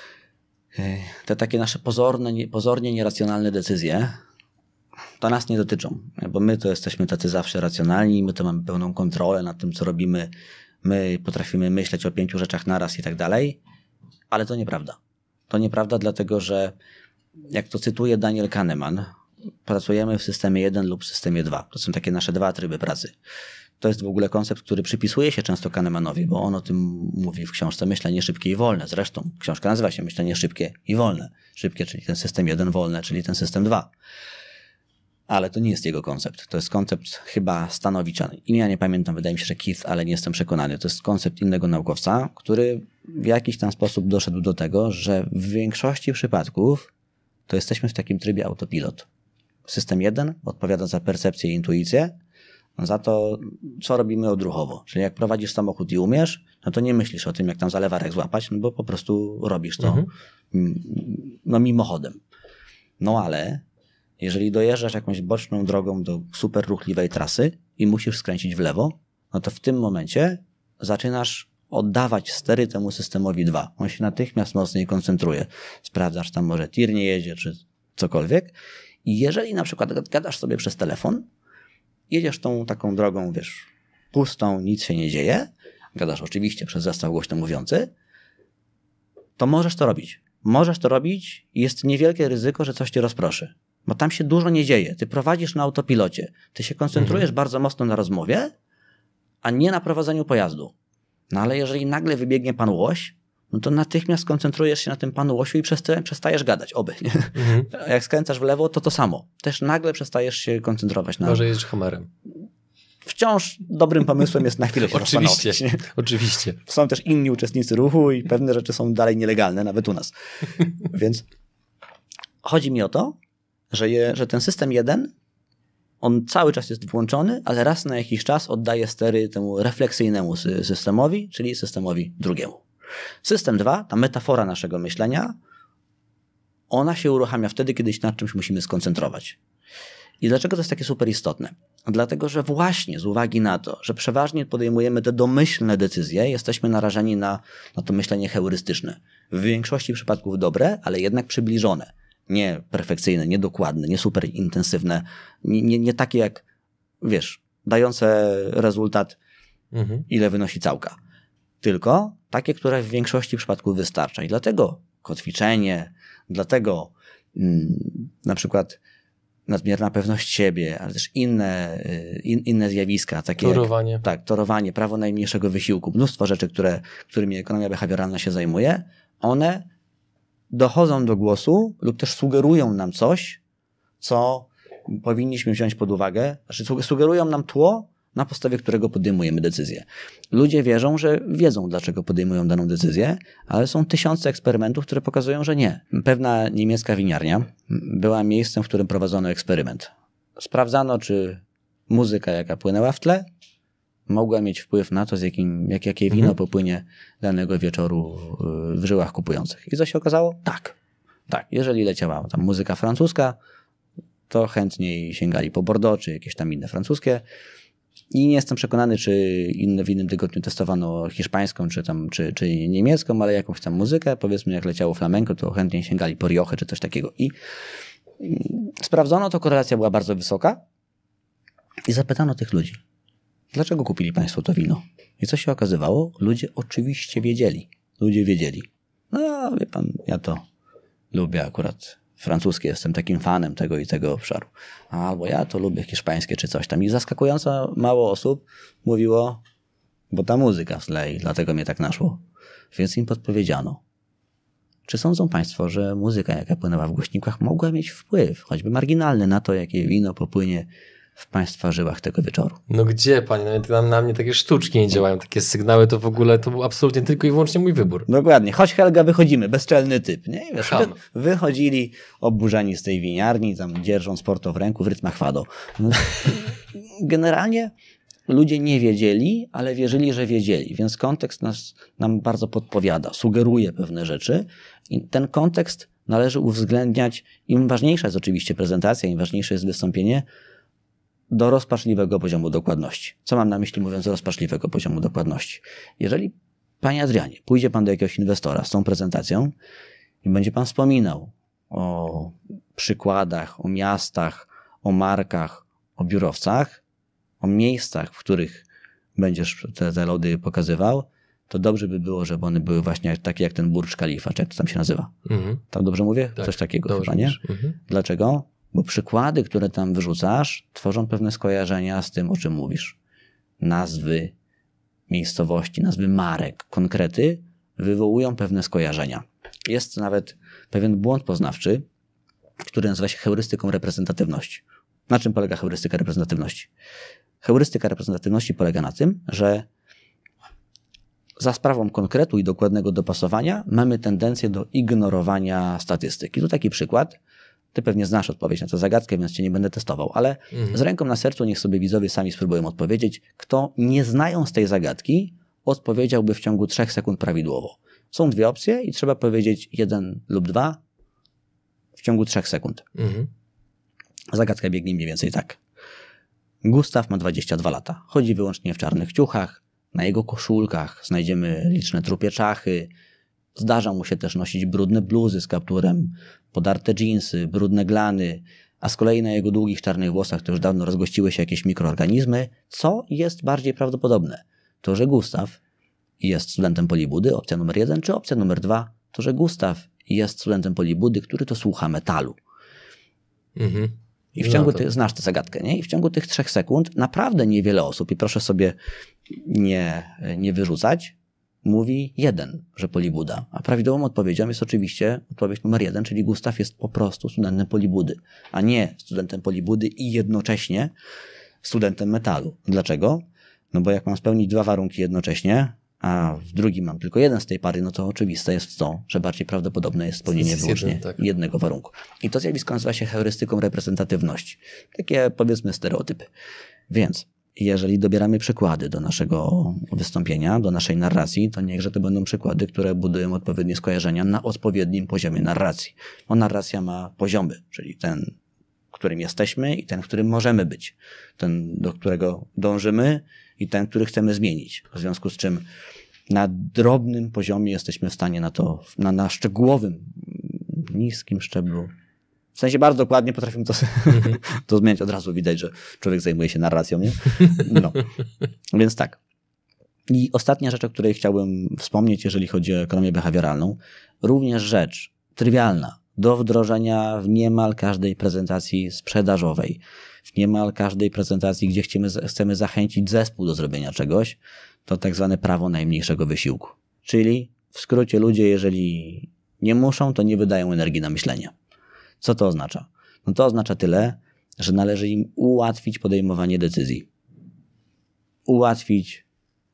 te takie nasze pozorne, pozornie nieracjonalne decyzje to nas nie dotyczą, bo my to jesteśmy tacy zawsze racjonalni, my to mamy pełną kontrolę nad tym, co robimy, my potrafimy myśleć o pięciu rzeczach naraz i tak dalej, ale to nieprawda. To nieprawda, dlatego że jak to cytuje Daniel Kahneman, pracujemy w systemie jeden lub w systemie dwa. To są takie nasze dwa tryby pracy. To jest w ogóle koncept, który przypisuje się często Kahnemanowi, bo on o tym mówi w książce Myślenie szybkie i wolne. Zresztą książka nazywa się Myślenie szybkie i wolne. Szybkie, czyli ten system jeden, wolne, czyli ten system dwa. Ale to nie jest jego koncept. To jest koncept chyba Stanowicza. Imienia nie pamiętam, wydaje mi się, że Keith, ale nie jestem przekonany. To jest koncept innego naukowca, który w jakiś tam sposób doszedł do tego, że w większości przypadków to jesteśmy w takim trybie autopilot. System jeden odpowiada za percepcję i intuicję, za to, co robimy odruchowo. Czyli jak prowadzisz samochód i umiesz, no to nie myślisz o tym, jak tam zalewarek złapać, no bo po prostu robisz to mhm. no mimochodem. No ale Jeżeli dojeżdżasz jakąś boczną drogą do super ruchliwej trasy i musisz skręcić w lewo, no to w tym momencie zaczynasz oddawać stery temu systemowi dwa. On się natychmiast mocniej koncentruje. Sprawdzasz, tam może tir nie jedzie, czy cokolwiek. I jeżeli na przykład gadasz sobie przez telefon, jedziesz tą taką drogą, wiesz, pustą, nic się nie dzieje, gadasz oczywiście przez zestaw głośno mówiący, to możesz to robić. Możesz to robić i jest niewielkie ryzyko, że coś cię rozproszy. Bo tam się dużo nie dzieje. Ty prowadzisz na autopilocie. Ty się koncentrujesz mhm. bardzo mocno na rozmowie, a nie na prowadzeniu pojazdu. No ale jeżeli nagle wybiegnie pan łoś, no to natychmiast koncentrujesz się na tym panu łosiu i przestajesz gadać, oby. Nie? Mhm. A jak skręcasz w lewo, to to samo. Też nagle przestajesz się koncentrować na... Może jedziesz hamerem. Wciąż dobrym pomysłem jest na chwilę się Oczywiście, zastanowić. oczywiście. Są też inni uczestnicy ruchu i pewne rzeczy są dalej nielegalne, nawet u nas. Więc chodzi mi o to, że, je, że ten system jeden, on cały czas jest włączony, ale raz na jakiś czas oddaje stery temu refleksyjnemu systemowi, czyli systemowi drugiemu. System dwa, ta metafora naszego myślenia, ona się uruchamia wtedy, kiedy się nad czymś musimy skoncentrować. I dlaczego to jest takie super istotne? Dlatego, że właśnie z uwagi na to, że przeważnie podejmujemy te domyślne decyzje, jesteśmy narażeni na, na to myślenie heurystyczne. W większości przypadków dobre, ale jednak przybliżone. Nie perfekcyjne, nie dokładne, nie super intensywne, nie, nie, nie takie jak, wiesz, dające rezultat, mhm. ile wynosi całka. Tylko takie, które w większości przypadków wystarcza. I dlatego kotwiczenie, dlatego mm, na przykład nadmierna pewność siebie, ale też inne, in, inne zjawiska. Takie torowanie. Jak, tak, torowanie, prawo najmniejszego wysiłku, mnóstwo rzeczy, które, którymi ekonomia behawioralna się zajmuje, one dochodzą do głosu lub też sugerują nam coś, co powinniśmy wziąć pod uwagę. Znaczy sugerują nam tło, na podstawie którego podejmujemy decyzję. Ludzie wierzą, że wiedzą, dlaczego podejmują daną decyzję, ale są tysiące eksperymentów, które pokazują, że nie. Pewna niemiecka winiarnia była miejscem, w którym prowadzono eksperyment. Sprawdzano, czy muzyka, jaka płynęła w tle, mogła mieć wpływ na to, z jakim, jak, jakie wino mhm. popłynie danego wieczoru w żyłach kupujących. I co się okazało? Tak. Tak. Jeżeli leciała tam muzyka francuska, to chętniej sięgali po Bordeaux, czy jakieś tam inne francuskie. I nie jestem przekonany, czy inne, w innym tygodniu testowano hiszpańską, czy, tam, czy, czy niemiecką, ale jakąś tam muzykę. Powiedzmy, jak leciało flamenco, to chętnie sięgali po Riochę, czy coś takiego. I sprawdzono to, korelacja była bardzo wysoka. I zapytano tych ludzi, dlaczego kupili państwo to wino? I co się okazywało? Ludzie oczywiście wiedzieli. Ludzie wiedzieli. No, wie pan, ja to lubię akurat francuskie, jestem takim fanem tego i tego obszaru. Albo ja to lubię hiszpańskie czy coś tam. I zaskakująco mało osób mówiło, bo ta muzyka w tle i dlatego mnie tak naszło. Więc im podpowiedziano. Czy sądzą państwo, że muzyka, jaka płynęła w głośnikach, mogła mieć wpływ, choćby marginalny, na to, jakie wino popłynie w państwa żyłach tego wieczoru? No gdzie, panie? Nawet na, na mnie takie sztuczki nie działają, takie sygnały, to w ogóle to był absolutnie tylko i wyłącznie mój wybór. Dokładnie. Chodź Helga, wychodzimy. Bezczelny typ. Nie? Wiesz, wy, wychodzili oburzeni z tej winiarni, tam dzierżąc porto w ręku w rytmach fado. No, generalnie ludzie nie wiedzieli, ale wierzyli, że wiedzieli. Więc kontekst nas, nam bardzo podpowiada, sugeruje pewne rzeczy. I ten kontekst należy uwzględniać. Im ważniejsza jest oczywiście prezentacja, im ważniejsze jest wystąpienie, do rozpaczliwego poziomu dokładności. Co mam na myśli, mówiąc rozpaczliwego poziomu dokładności? Jeżeli, panie Adrianie, pójdzie pan do jakiegoś inwestora z tą prezentacją i będzie pan wspominał o przykładach, o miastach, o markach, o biurowcach, o miejscach, w których będziesz te, te lody pokazywał, to dobrze by było, żeby one były właśnie takie jak ten Burj Khalifa, czy jak to tam się nazywa. Mhm. Tak dobrze mówię? Tak, coś takiego chyba, nie? Mhm. Dlaczego? Bo przykłady, które tam wyrzucasz, tworzą pewne skojarzenia z tym, o czym mówisz. Nazwy miejscowości, nazwy marek, konkrety wywołują pewne skojarzenia. Jest nawet pewien błąd poznawczy, który nazywa się heurystyką reprezentatywności. Na czym polega heurystyka reprezentatywności? Heurystyka reprezentatywności polega na tym, że za sprawą konkretu i dokładnego dopasowania mamy tendencję do ignorowania statystyki. Tu taki przykład. Ty pewnie znasz odpowiedź na tę zagadkę, więc cię nie będę testował, ale mhm. z ręką na sercu niech sobie widzowie sami spróbują odpowiedzieć. Kto nie znając tej zagadki, odpowiedziałby w ciągu trzech sekund prawidłowo. Są dwie opcje i trzeba powiedzieć jeden lub dwa w ciągu trzech sekund. Mhm. Zagadka biegnie mniej więcej tak. Gustaw ma dwadzieścia dwa lata. Chodzi wyłącznie w czarnych ciuchach. Na jego koszulkach znajdziemy liczne trupie czachy. Zdarza mu się też nosić brudne bluzy z kapturem, podarte dżinsy, brudne glany, a z kolei na jego długich czarnych włosach to już dawno rozgościły się jakieś mikroorganizmy, co jest bardziej prawdopodobne. To, że Gustaw jest studentem Polibudy, opcja numer jeden, czy opcja numer dwa, to, że Gustaw jest studentem Polibudy, który to słucha metalu. Mhm. I w ciągu no to... tych, znasz tę zagadkę, nie? I w ciągu tych trzech sekund naprawdę niewiele osób, i proszę sobie nie, nie wyrzucać, mówi jeden, że Polibuda. A prawidłową odpowiedzią jest oczywiście odpowiedź numer jeden, czyli Gustaw jest po prostu studentem Polibudy, a nie studentem Polibudy i jednocześnie studentem metalu. Dlaczego? No bo jak mam spełnić dwa warunki jednocześnie, a w drugim mam tylko jeden z tej pary, no to oczywiste jest to, że bardziej prawdopodobne jest spełnienie jest wyłącznie jeden, tak. jednego warunku. I to zjawisko nazywa się heurystyką reprezentatywności. Takie, powiedzmy, stereotypy. Więc jeżeli dobieramy przykłady do naszego wystąpienia, do naszej narracji, to niechże to będą przykłady, które budują odpowiednie skojarzenia na odpowiednim poziomie narracji. Bo narracja ma poziomy, czyli ten, którym jesteśmy i ten, którym możemy być. Ten, do którego dążymy i ten, który chcemy zmienić. W związku z czym na drobnym poziomie jesteśmy w stanie na to, na, na szczegółowym, niskim szczeblu, w sensie bardzo dokładnie potrafimy to, mm-hmm. to zmieniać. Od razu widać, że człowiek zajmuje się narracją, nie? No. Więc tak. I ostatnia rzecz, o której chciałbym wspomnieć, jeżeli chodzi o ekonomię behawioralną, również rzecz trywialna, do wdrożenia w niemal każdej prezentacji sprzedażowej, w niemal każdej prezentacji, gdzie chcemy, chcemy zachęcić zespół do zrobienia czegoś, to tak zwane prawo najmniejszego wysiłku. Czyli w skrócie ludzie, jeżeli nie muszą, to nie wydają energii na myślenie. Co to oznacza? No to oznacza tyle, że należy im ułatwić podejmowanie decyzji. Ułatwić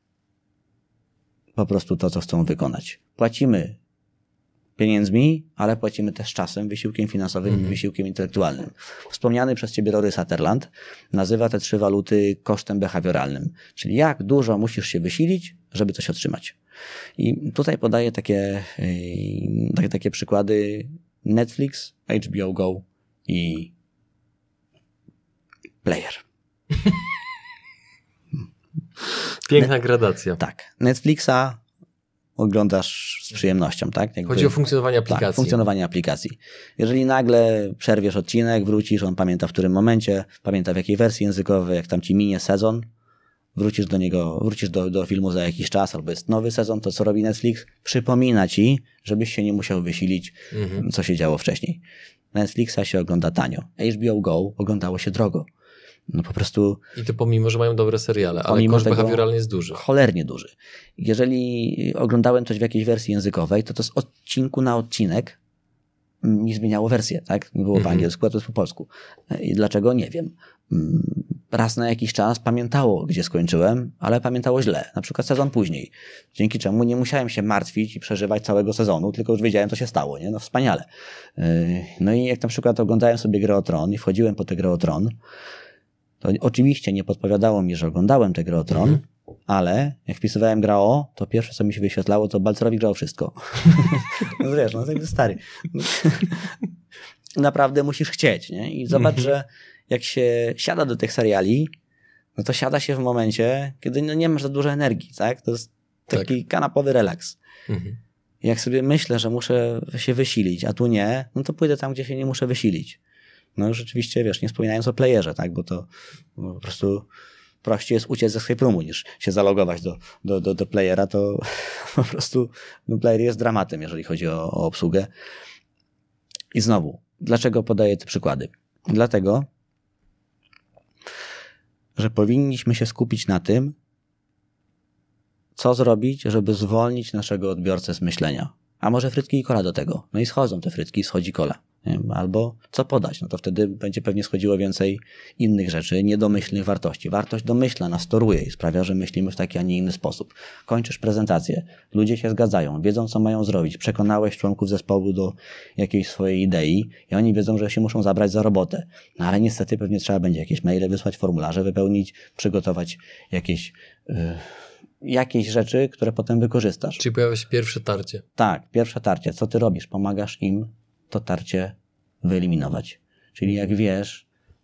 po prostu to, co chcą wykonać. Płacimy pieniędzmi, ale płacimy też czasem, wysiłkiem finansowym mm. i wysiłkiem intelektualnym. Wspomniany przez ciebie Rory Sutherland nazywa te trzy waluty kosztem behawioralnym. Czyli jak dużo musisz się wysilić, żeby coś otrzymać. I tutaj podaję takie, yy, takie, takie przykłady Netflix, H B O Go i Player. Piękna Net- gradacja. Tak. Netflixa oglądasz z przyjemnością, tak? Jakby, chodzi o funkcjonowanie aplikacji. Tak, funkcjonowanie aplikacji. Jeżeli nagle przerwiesz odcinek, wrócisz, on pamięta w którym momencie, pamięta w jakiej wersji językowej, jak tam ci minie sezon, wrócisz do niego, wrócisz do, do filmu za jakiś czas, albo jest nowy sezon, to co robi Netflix? Przypomina ci, żebyś się nie musiał wysilić, mhm. co się działo wcześniej. Netflixa się ogląda tanio. H B O Go oglądało się drogo. No po prostu... I to pomimo, że mają dobre seriale, ale koszt behawioralny jest duży. Cholernie duży. Jeżeli oglądałem coś w jakiejś wersji językowej, to to z odcinku na odcinek mi zmieniało wersję, tak? Było mm-hmm. po angielsku, a to jest po polsku. I dlaczego? Nie wiem. Raz na jakiś czas pamiętało, gdzie skończyłem, ale pamiętało źle. Na przykład sezon później. Dzięki czemu nie musiałem się martwić i przeżywać całego sezonu, tylko już wiedziałem, co się stało, nie? No wspaniale. No i jak na przykład oglądałem sobie Grę o Tron i wchodziłem po tę Grę o Tron, to oczywiście nie podpowiadało mi, że oglądałem tę Grę o Tron, mm. ale jak wpisywałem Gra o, to pierwsze, co mi się wyświetlało, to Balcerowi grał wszystko. No wiesz, no to stary. Naprawdę musisz chcieć, nie? I zobacz, mm-hmm. że jak się siada do tych seriali, no to siada się w momencie, kiedy no nie masz za dużo energii, tak? To jest taki tak. kanapowy relaks. Mm-hmm. Jak sobie myślę, że muszę się wysilić, a tu nie, no to pójdę tam, gdzie się nie muszę wysilić. No rzeczywiście, wiesz, nie wspominając o playerze, tak, bo to bo po prostu prościej jest uciec ze escape roomu niż się zalogować do, do, do, do playera, to po prostu no, player jest dramatem, jeżeli chodzi o, o obsługę. I znowu, dlaczego podaję te przykłady? Dlatego, że powinniśmy się skupić na tym, co zrobić, żeby zwolnić naszego odbiorcę z myślenia. A może frytki i kola do tego? No i schodzą te frytki i schodzi kola. Albo co podać? No to wtedy będzie pewnie schodziło więcej innych rzeczy, niedomyślnych wartości. Wartość domyślna nas toruje i sprawia, że myślimy w taki, a nie inny sposób. Kończysz prezentację, ludzie się zgadzają, wiedzą, co mają zrobić, przekonałeś członków zespołu do jakiejś swojej idei i oni wiedzą, że się muszą zabrać za robotę. No ale niestety pewnie trzeba będzie jakieś maile wysłać, formularze wypełnić, przygotować jakieś... Yy... jakieś rzeczy, które potem wykorzystasz. Czyli pojawia się pierwsze tarcie. Tak, pierwsze tarcie. Co ty robisz? Pomagasz im to tarcie wyeliminować. Czyli jak wiesz,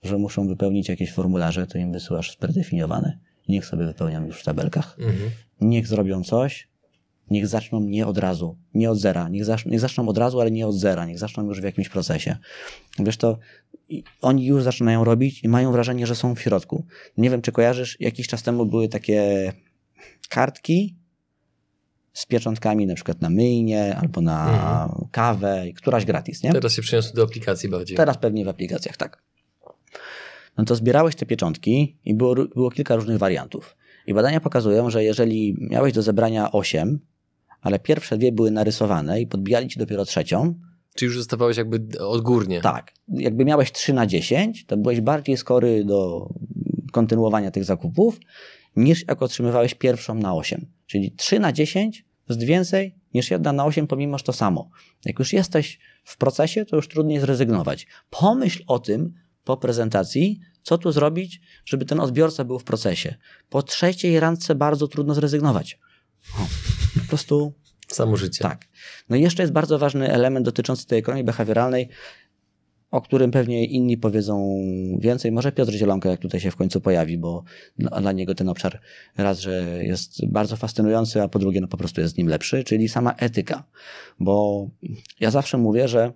że muszą wypełnić jakieś formularze, to im wysyłasz predefiniowane. Niech sobie wypełnią już w tabelkach. Mhm. Niech zrobią coś, niech zaczną nie od razu, nie od zera. Niech, zacz, niech zaczną od razu, ale nie od zera. Niech zaczną już w jakimś procesie. Wiesz to, oni już zaczynają robić i mają wrażenie, że są w środku. Nie wiem, czy kojarzysz, jakiś czas temu były takie kartki z pieczątkami na przykład na myjnie albo na mhm. kawę, któraś gratis, nie? Teraz się przyniosły do aplikacji bardziej. Teraz pewnie w aplikacjach, tak. No to zbierałeś te pieczątki i było, było kilka różnych wariantów. I badania pokazują, że jeżeli miałeś do zebrania osiem, ale pierwsze dwie były narysowane i podbijali ci dopiero trzecią. Czyli już zostawałeś jakby odgórnie. Tak. Jakby miałeś trzy na dziesięć, to byłeś bardziej skory do kontynuowania tych zakupów, niż jak otrzymywałeś pierwszą na osiem. Czyli trzy na dziesięć to jest więcej niż jedna na osiem, pomimo że to samo. Jak już jesteś w procesie, to już trudniej zrezygnować. Pomyśl o tym po prezentacji, co tu zrobić, żeby ten odbiorca był w procesie. Po trzeciej randce bardzo trudno zrezygnować. O, po prostu... Samo życie. Tak. No i jeszcze jest bardzo ważny element dotyczący tej ekonomii behawioralnej, o którym pewnie inni powiedzą więcej. Może Piotr Zielonka, jak tutaj się w końcu pojawi, bo dla niego ten obszar raz, że jest bardzo fascynujący, a po drugie no po prostu jest z nim lepszy, czyli sama etyka. Bo ja zawsze mówię, że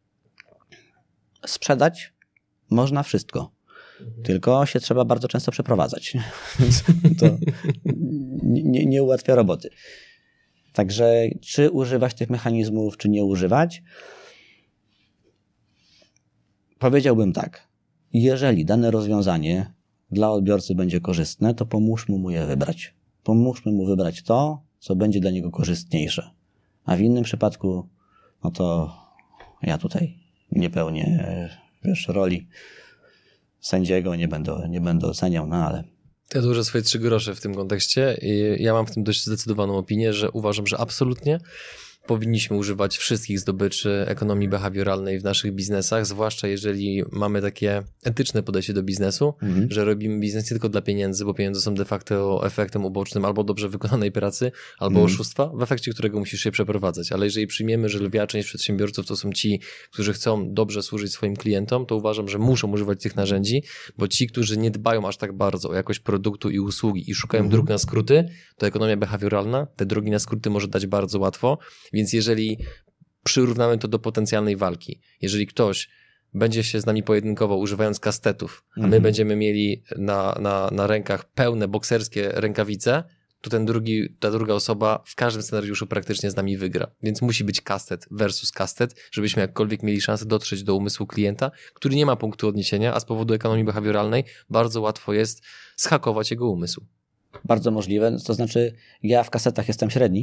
sprzedać można wszystko. Mhm. Tylko się trzeba bardzo często przeprowadzać. To nie, nie ułatwia roboty. Także czy używać tych mechanizmów, czy nie używać? Powiedziałbym tak. Jeżeli dane rozwiązanie dla odbiorcy będzie korzystne, to pomóżmy mu je wybrać. Pomóżmy mu wybrać to, co będzie dla niego korzystniejsze. A w innym przypadku, no to ja tutaj nie pełnię, wiesz, roli sędziego, nie będę, nie będę oceniał, no ale... Ja dużo swoje trzy grosze w tym kontekście i ja mam w tym dość zdecydowaną opinię, że uważam, że absolutnie powinniśmy używać wszystkich zdobyczy ekonomii behawioralnej w naszych biznesach, zwłaszcza jeżeli mamy takie etyczne podejście do biznesu, mhm. że robimy biznes nie tylko dla pieniędzy, bo pieniądze są de facto efektem ubocznym albo dobrze wykonanej pracy, albo mhm. oszustwa, w efekcie którego musisz się przeprowadzać. Ale jeżeli przyjmiemy, że lwia część przedsiębiorców to są ci, którzy chcą dobrze służyć swoim klientom, to uważam, że muszą używać tych narzędzi, bo ci, którzy nie dbają aż tak bardzo o jakość produktu i usługi i szukają mhm. dróg na skróty, to ekonomia behawioralna te drogi na skróty może dać bardzo łatwo. Więc jeżeli przyrównamy to do potencjalnej walki, jeżeli ktoś będzie się z nami pojedynkował używając kastetów, a my mhm. będziemy mieli na, na, na rękach pełne bokserskie rękawice, to ten drugi, ta druga osoba w każdym scenariuszu praktycznie z nami wygra. Więc musi być kastet versus kastet, żebyśmy jakkolwiek mieli szansę dotrzeć do umysłu klienta, który nie ma punktu odniesienia, a z powodu ekonomii behawioralnej bardzo łatwo jest zhakować jego umysł. Bardzo możliwe, to znaczy ja w kasetach jestem średni,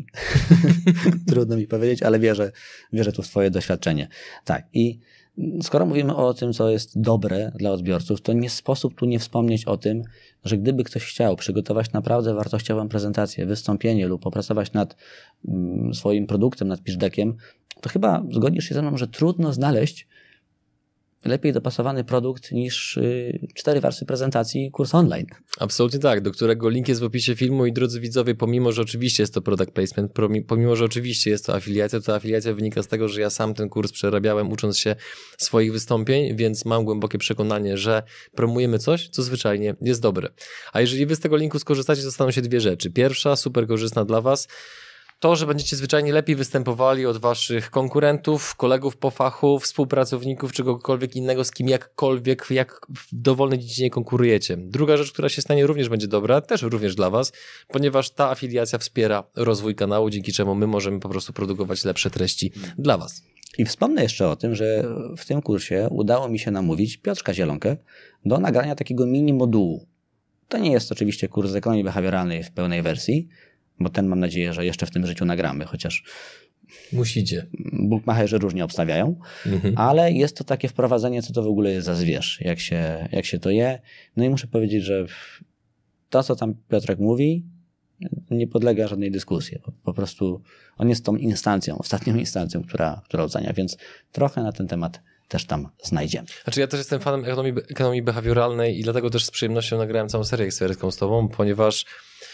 trudno mi powiedzieć, ale wierzę, wierzę tu w swoje doświadczenie. Tak, i skoro mówimy o tym, co jest dobre dla odbiorców, to nie sposób tu nie wspomnieć o tym, że gdyby ktoś chciał przygotować naprawdę wartościową prezentację, wystąpienie lub popracować nad mm, swoim produktem, nad pitch deckiem, to chyba zgodzisz się ze mną, że trudno znaleźć lepiej dopasowany produkt niż y, cztery warstwy prezentacji, kurs online. Absolutnie tak, do którego link jest w opisie filmu i drodzy widzowie, pomimo, że oczywiście jest to product placement, pomimo, że oczywiście jest to afiliacja, to afiliacja wynika z tego, że ja sam ten kurs przerabiałem ucząc się swoich wystąpień, więc mam głębokie przekonanie, że promujemy coś, co zwyczajnie jest dobre. A jeżeli wy z tego linku skorzystacie, to staną się dwie rzeczy. Pierwsza, super korzystna dla was, to, że będziecie zwyczajnie lepiej występowali od waszych konkurentów, kolegów po fachu, współpracowników, czy kogokolwiek innego, z kim jakkolwiek, jak w dowolnej dziedzinie konkurujecie. Druga rzecz, która się stanie, również będzie dobra, też również dla was, ponieważ ta afiliacja wspiera rozwój kanału, dzięki czemu my możemy po prostu produkować lepsze treści dla was. I wspomnę jeszcze o tym, że w tym kursie udało mi się namówić Piotrka Zielonkę do nagrania takiego mini modułu. To nie jest oczywiście kurs z ekonomii behawioralnej w pełnej wersji, bo ten mam nadzieję, że jeszcze w tym życiu nagramy, chociaż musicie. Bookmacherzy różnie obstawiają, mhm. ale jest to takie wprowadzenie, co to w ogóle jest za zwierz, jak się, jak się to je. No i muszę powiedzieć, że to, co tam Piotrek mówi, nie podlega żadnej dyskusji. Po prostu on jest tą instancją, ostatnią instancją, która, która ocenia, więc trochę na ten temat też tam znajdziemy. Znaczy ja też jestem fanem ekonomii, ekonomii behawioralnej i dlatego też z przyjemnością nagrałem całą serię ekspercką z tobą, ponieważ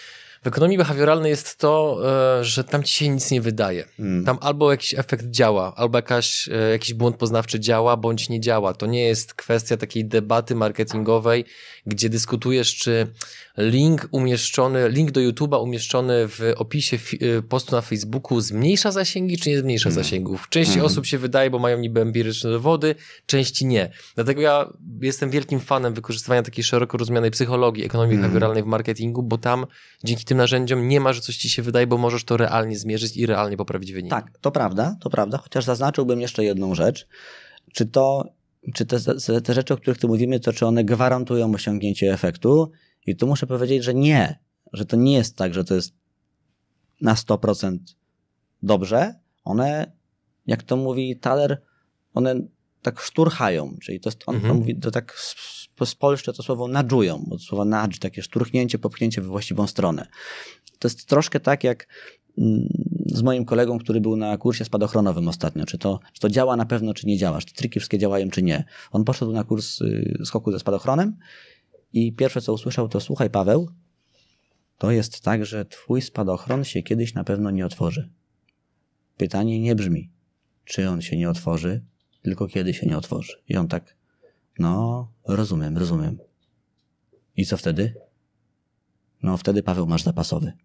W ekonomii behawioralnej jest to, że tam ci się nic nie wydaje. Hmm. Tam albo jakiś efekt działa, albo jakaś, jakiś błąd poznawczy działa, bądź nie działa. To nie jest kwestia takiej debaty marketingowej, gdzie dyskutujesz, czy link umieszczony, link do YouTube'a umieszczony w opisie postu na Facebooku zmniejsza zasięgi, czy nie zmniejsza hmm. zasięgów. Części hmm. osób się wydaje, bo mają niby empiryczne dowody, części nie. Dlatego ja jestem wielkim fanem wykorzystywania takiej szeroko rozumianej psychologii, ekonomii hmm. behawioralnej w marketingu, bo tam dzięki tym narzędziom nie ma, że coś ci się wydaje, bo możesz to realnie zmierzyć i realnie poprawić wyniki. Tak, to prawda, to prawda, chociaż zaznaczyłbym jeszcze jedną rzecz. Czy to, czy te, te rzeczy, o których tu mówimy, to czy one gwarantują osiągnięcie efektu? I tu muszę powiedzieć, że nie, że to nie jest tak, że to jest na sto procent dobrze. One, jak to mówi Thaler, one tak szturchają, czyli to, jest, on, mhm. on mówi, to tak spolszczę to słowo nudżują, od słowa nudge, takie szturchnięcie, popchnięcie we właściwą stronę. To jest troszkę tak jak z moim kolegą, który był na kursie spadochronowym ostatnio, czy to, czy to działa na pewno, czy nie działa, czy te triki wszystkie działają, czy nie. On poszedł na kurs skoku ze spadochronem i pierwsze co usłyszał to: słuchaj Paweł, to jest tak, że twój spadochron się kiedyś na pewno nie otworzy. Pytanie nie brzmi, czy on się nie otworzy, tylko kiedy się nie otworzy. I on tak, no rozumiem, rozumiem. I co wtedy? No wtedy, Paweł, masz zapasowy.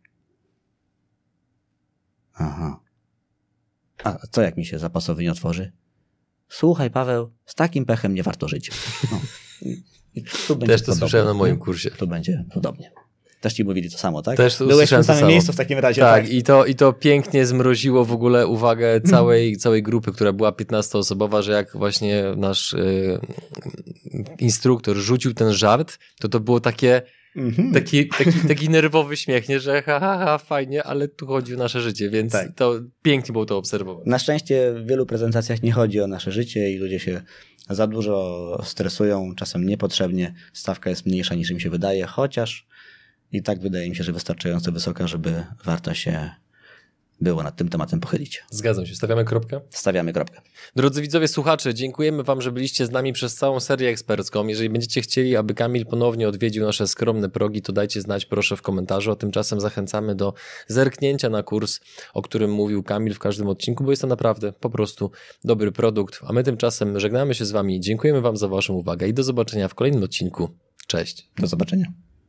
Aha. A co jak mi się zapasowy nie otworzy? Słuchaj, Paweł, z takim pechem nie warto żyć. No. I, i tu będzie Też to podobnie. Słyszałem na moim kursie. Tu będzie podobnie. Też ci mówili to samo, tak? Też to Byłeś w tym samym samo. miejscu w takim razie. Tak, tak. I, to, i to pięknie zmroziło w ogóle uwagę całej, całej grupy, która była piętnastoosobowa, że jak właśnie nasz y, instruktor rzucił ten żart, to to było takie mm-hmm. taki, taki, taki nerwowy śmiech, nie? Że ha, ha, ha, fajnie, ale tu chodzi o nasze życie, więc tak. To pięknie było to obserwować. Na szczęście w wielu prezentacjach nie chodzi o nasze życie i ludzie się za dużo stresują, czasem niepotrzebnie, stawka jest mniejsza niż im się wydaje, chociaż i tak wydaje mi się, że wystarczająco wysoka, żeby warto się było nad tym tematem pochylić. Zgadzam się. Stawiamy kropkę? Stawiamy kropkę. Drodzy widzowie, słuchacze, dziękujemy wam, że byliście z nami przez całą serię ekspercką. Jeżeli będziecie chcieli, aby Kamil ponownie odwiedził nasze skromne progi, to dajcie znać proszę w komentarzu, a tymczasem zachęcamy do zerknięcia na kurs, o którym mówił Kamil w każdym odcinku, bo jest to naprawdę po prostu dobry produkt. A my tymczasem żegnamy się z wami. Dziękujemy wam za waszą uwagę i do zobaczenia w kolejnym odcinku. Cześć. Do zobaczenia.